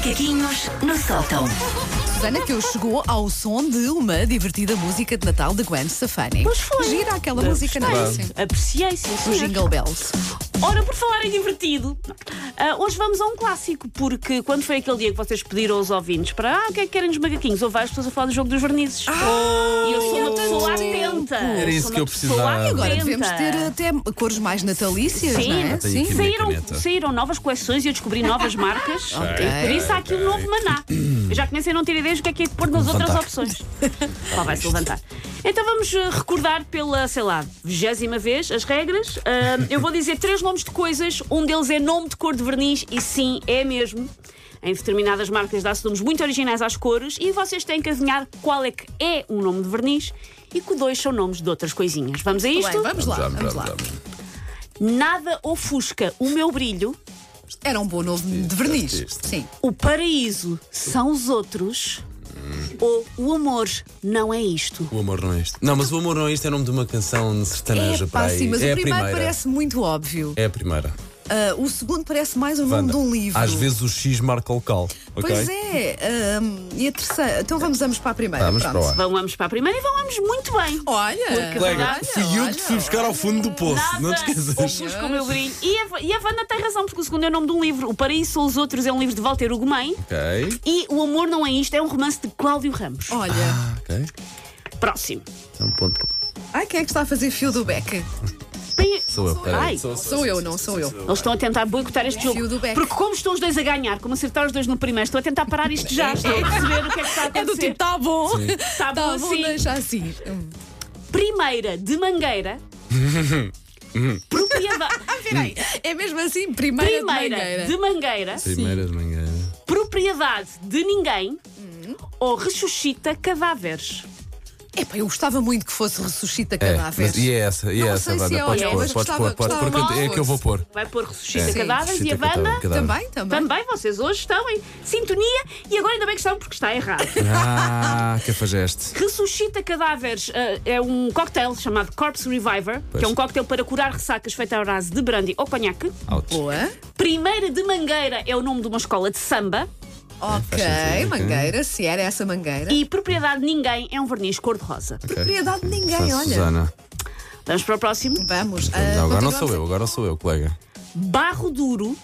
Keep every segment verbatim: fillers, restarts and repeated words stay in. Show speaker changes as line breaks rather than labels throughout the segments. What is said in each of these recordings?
Macaquinhos no sótão.
Susana, que hoje chegou ao som de uma divertida música de Natal de Gwen Stefani.
Pois foi.
Gira aquela música, não é?
Sim. Apreciei, sim,
Os
senhor.
Jingle Bells.
Ora, por falar em divertido, ah, hoje vamos a um clássico, porque quando foi aquele dia que vocês pediram aos ouvintes para ah, o que é que querem nos macaquinhos? Houve várias pessoas a falar do jogo dos vernizes.
Ah,
e eu sou uma
eu
pessoa
também.
atenta.
Era isso
Sou
que
uma
eu
pessoa
precisava.
E agora
atenta.
devemos ter até cores mais natalícias,
Sim.
não é?
Ah,
tenho aqui.
Saíram,
minha caneta.
saíram novas coleções e eu descobri novas marcas.
Ok.
Por isso há aqui um novo maná. Eu já comecei a não ter ideias do que é que é de pôr nas outras
Levantar.
opções. Lá vai-se levantar. Então vamos eh, recordar pela, sei lá, vigésima vez as regras. Ah, eu vou dizer três nomes de coisas. Um deles é nome de cor de verniz e sim, é mesmo. Em determinadas marcas dá-se nomes muito originais às cores e vocês têm que adivinhar qual é que é um nome de verniz e que dois são nomes de outras coisinhas. Vamos a isto?
Bem, vamos lá,
Vamos,
vamos
vamos,
lá.
vamos.
Nada ofusca o meu brilho.
Era um bom nome de verniz.
Isto.
Sim.
O paraíso são os outros. Ou o amor não é isto.
O amor não é isto. Não, mas o amor não é isto é nome de uma canção sertaneja
É,
para
pá,
aí.
sim, mas
é
o
a
primeiro
primeira.
parece muito óbvio.
É a primeira.
Ah, o segundo parece mais o nome
Wanda,
de um livro.
Às vezes o X marca o local. Ok?
Pois é. ahm, e a terceira? Então vamos, vamos para a primeira.
Vamos
pronto.
para lá.
Vamos para a primeira e vamos muito bem.
Olha,
Porque,
Colega,
olha,
fui eu que fui buscar ao fundo do poço. Não te
Nada
esqueças.
ofusca o meu brilho. E a, e a Wanda tem razão, porque o segundo é o nome de um livro. O Paraíso são os outros é um livro de Walter Ugumem.
Ok.
E O Amor Não É Isto é um romance de Cláudio Ramos.
Olha.
Ah, ok.
Próximo.
É um ponto.
Ai, quem é que está a fazer fio do beck?
Bem,
Sou eu. peraí.
Ai,
Sou-
Sou eu, não sou eu.
eles estão a tentar boicotar este jogo.
Fio do beck.
Porque como estão os dois a ganhar, como acertaram os dois no primeiro, estou a tentar parar isto já. Estou a perceber o que é que está a
É do
acontecer.
tipo, tá bom.
Está bom
Tá bom,
assim.
deixa assim.
Primeira de Mangueira. Propriedade.
Peraí, é mesmo assim, primeira,
Primeira
de mangueira.
de Mangueira.
Primeira de manhã.
Propriedade de ninguém. Ou ressuscita cadáveres.
Epá, eu gostava muito que fosse ressuscita
É,
cadáveres.
mas e é essa? E é
Não
essa,
sei se
Wanda?
é,
Podes
olha,
pôr,
mas
podes
gostava-
pôr, podes pôr,
gostava
que eu- é que eu vou pôr.
Vai pôr ressuscita
É.
cadáveres e a
Ressuscita
Wanda.
cadáver.
Também, também.
Também, vocês hoje estão em sintonia e agora ainda bem que estão porque está errado.
Ah, que afageste.
Ressuscita cadáveres ah, é um cocktail chamado Corpse Reviver,
Pois.
que é um cocktail para curar ressacas feito à base de brandy ou conhaque.
Ouch.
Boa.
Primeira de Mangueira é o nome de uma escola de samba.
Ok,
sentido, ok.
mangueira, se era essa mangueira.
E propriedade de ninguém é um verniz cor-de-rosa.
Propriedade de ninguém,
Sou
olha.
Susana.
Vamos para o próximo.
Vamos. ah,
Não, agora não
continuamos.
sou eu, agora sou eu, colega.
Barro duro,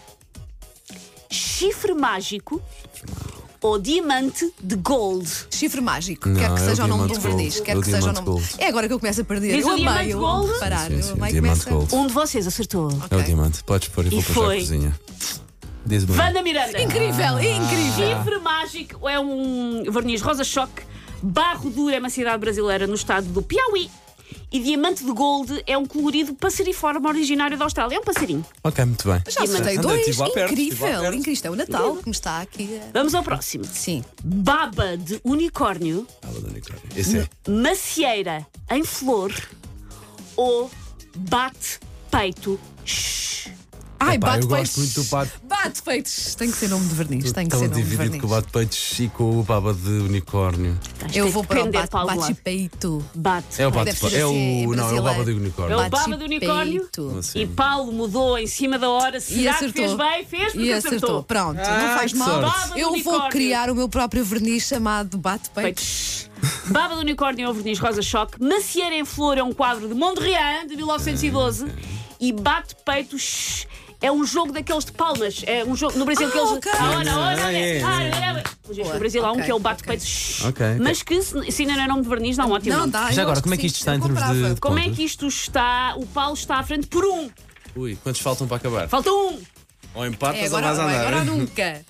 chifre mágico ou diamante de gold.
Chifre mágico.
Não,
Quero que
é
seja
o
o nome de um
diamante gold.
verniz.
É
Quero
o
que seja o
diamante
nome.
gold.
É agora que eu começo a perder.
Diz
eu
o diamante
amei, eu
gold?
vou reparar.
Sim, sim,
eu amei
diamante
começa-
gold.
Um de vocês acertou.
É o diamante. Podes pôr e vou
E
para já a
foi.
cozinha. Diz-me.
Wanda Miranda.
Incrível, incrível.
Chifre mágico é um verniz rosa-choque. Barro duro é uma cidade brasileira no estado do Piauí. E diamante de gold é um colorido passeriforme originário da Austrália. É um passarinho.
Ok, muito bem.
Já acertei
Anda,
dois.
estive lá perto, estive lá
Incrível,
perto.
incrível. Isto é o Natal que me está aqui. a-
Vamos ao próximo.
Sim.
Baba de unicórnio,
Água do unicórnio. Esse é.
macieira em flor ou bate-peito. Shhh.
Ai,
Epá,
bate
eu
peitos.
gosto muito do bate.
Bate peitos. Tem que ser nome de verniz. Tem que
Tão
ser nome de
dividido
verniz.
com o bate-peitos e com o baba de unicórnio.
Tens
Eu
de
vou para o
prender
bate,
para algum
bate
lado.
peito.
Bate.
É o
Deve
bate
ser
É
assim, em
o. Não, é o
brasileiro.
baba de
É
unicórnio.
o baba do unicórnio.
Bate-peito.
Assim.
E Paulo mudou em cima da hora.
E
Será que
acertou.
fez bem? Fez porque
E
acertou.
acertou. Pronto,
Ah,
não faz
que
mal.
sorte.
Baba do
Eu vou
unicórnio.
criar o meu próprio verniz chamado bate-peito.
Peito. Baba do unicórnio é o verniz rosa-choque. Macieira em flor é um quadro de Mondrian, de mil novecentos e doze. E bate-peito shhh, é um jogo daqueles de palmas. É um jogo no Brasil
Ah,
que eles.
ok.
Ah, olha, olha,
Ah, é,
olha.
é.
Ah, é.
Boa,
No Brasil há um
ok,
que é o bate-peito.
ok.
shhh.
Ok, ok.
Mas que se, se ainda não é nome de verniz, dá um ótimo
Não,
nome.
dá.
Já
eu
agora,
acho
como é
que
que
sim,
isto está
eu
em termos
comprava.
de.
Como é
pontos?
que isto está? O Paulo está à frente por um.
Ui, quantos faltam para acabar?
Falta um.
Ou empatas
É,
ou
agora,
vais a andar.
agora ou nunca.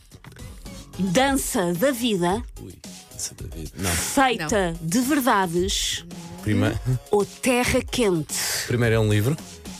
Dança da vida,
Ui, essa da vida. Não.
feita de verdades
Primeiro,
ou terra quente.
primeiro é um livro.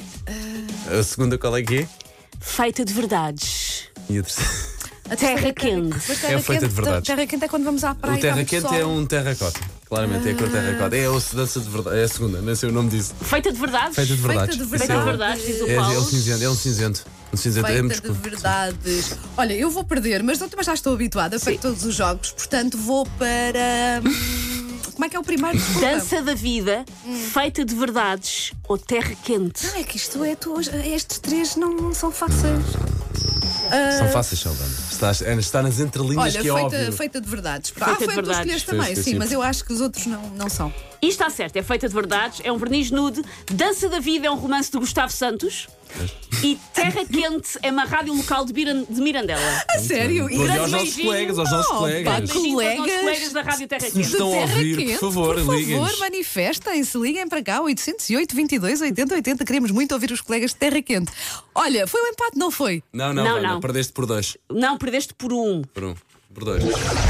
A segunda qual é que é?
Feita de verdades.
E a terceira.
A terra quente.
Mas
É feita de verdades.
Terra quente é quando vamos à praia.
O terra
e está muito
quente é
sol.
um terracota. Claramente é a cor terracota. É a dança de verdade. É a segunda, não sei o nome disso.
Feita de verdades?
Feita de verdades.
de
Isso
Feita
é
de
o-
verdades, diz o
É, é
Paulo.
um cinzento, é um cinzento. Um cinzento é muito
Feita de
escuro.
verdades. Olha, eu vou perder, mas eu também já estou habituada para todos os jogos, portanto vou para. hum, Como é que é o primeiro? Desculpa.
Dança da vida, feita de verdades ou terra quente?
Não, é que isto é. Tu, estes três não, não são fáceis.
São fáceis, Sheldon. Estás, é, está nas entrelinhas
Olha,
que é
feita,
óbvio.
feita de verdades.
Feita
ah,
de
foi a que tu
verdades.
escolheste
Foi,
também,
foi
sim,
sim.
mas eu acho que os outros não, não são.
E está certo, é feita de verdades, é um verniz nude. Dança da Vida é um romance de Gustavo Santos. E Terra Quente é uma rádio local de, Biran- de Mirandela.
A sério?
E aos
grande
nossos
beijinho.
colegas, aos nossos
Oh,
colegas.
pá,
Beijinho para os nossos
Colegas.
colegas da Rádio Terra
Nos
Quente.
estão a
Terra
ouvir,
Quente,
por favor,
por favor,
liguem-nos.
manifestem-se, liguem para cá, oitocentos e oito, vinte e dois, oitenta, oitenta. Queremos muito ouvir os colegas de Terra Quente. Olha, foi um empate, não foi?
Não, não,
Não,
Wanda,
não.
perdeste por dois.
Não, perdeste por um.
Por um. Por dois.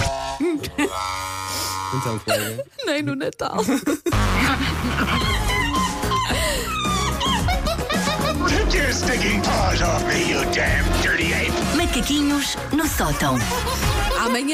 Então, colega.
Nem no Natal.
Take your stinking paws off me, you damn dirty ape!
Macaquinhos no sótão.
Amanhã.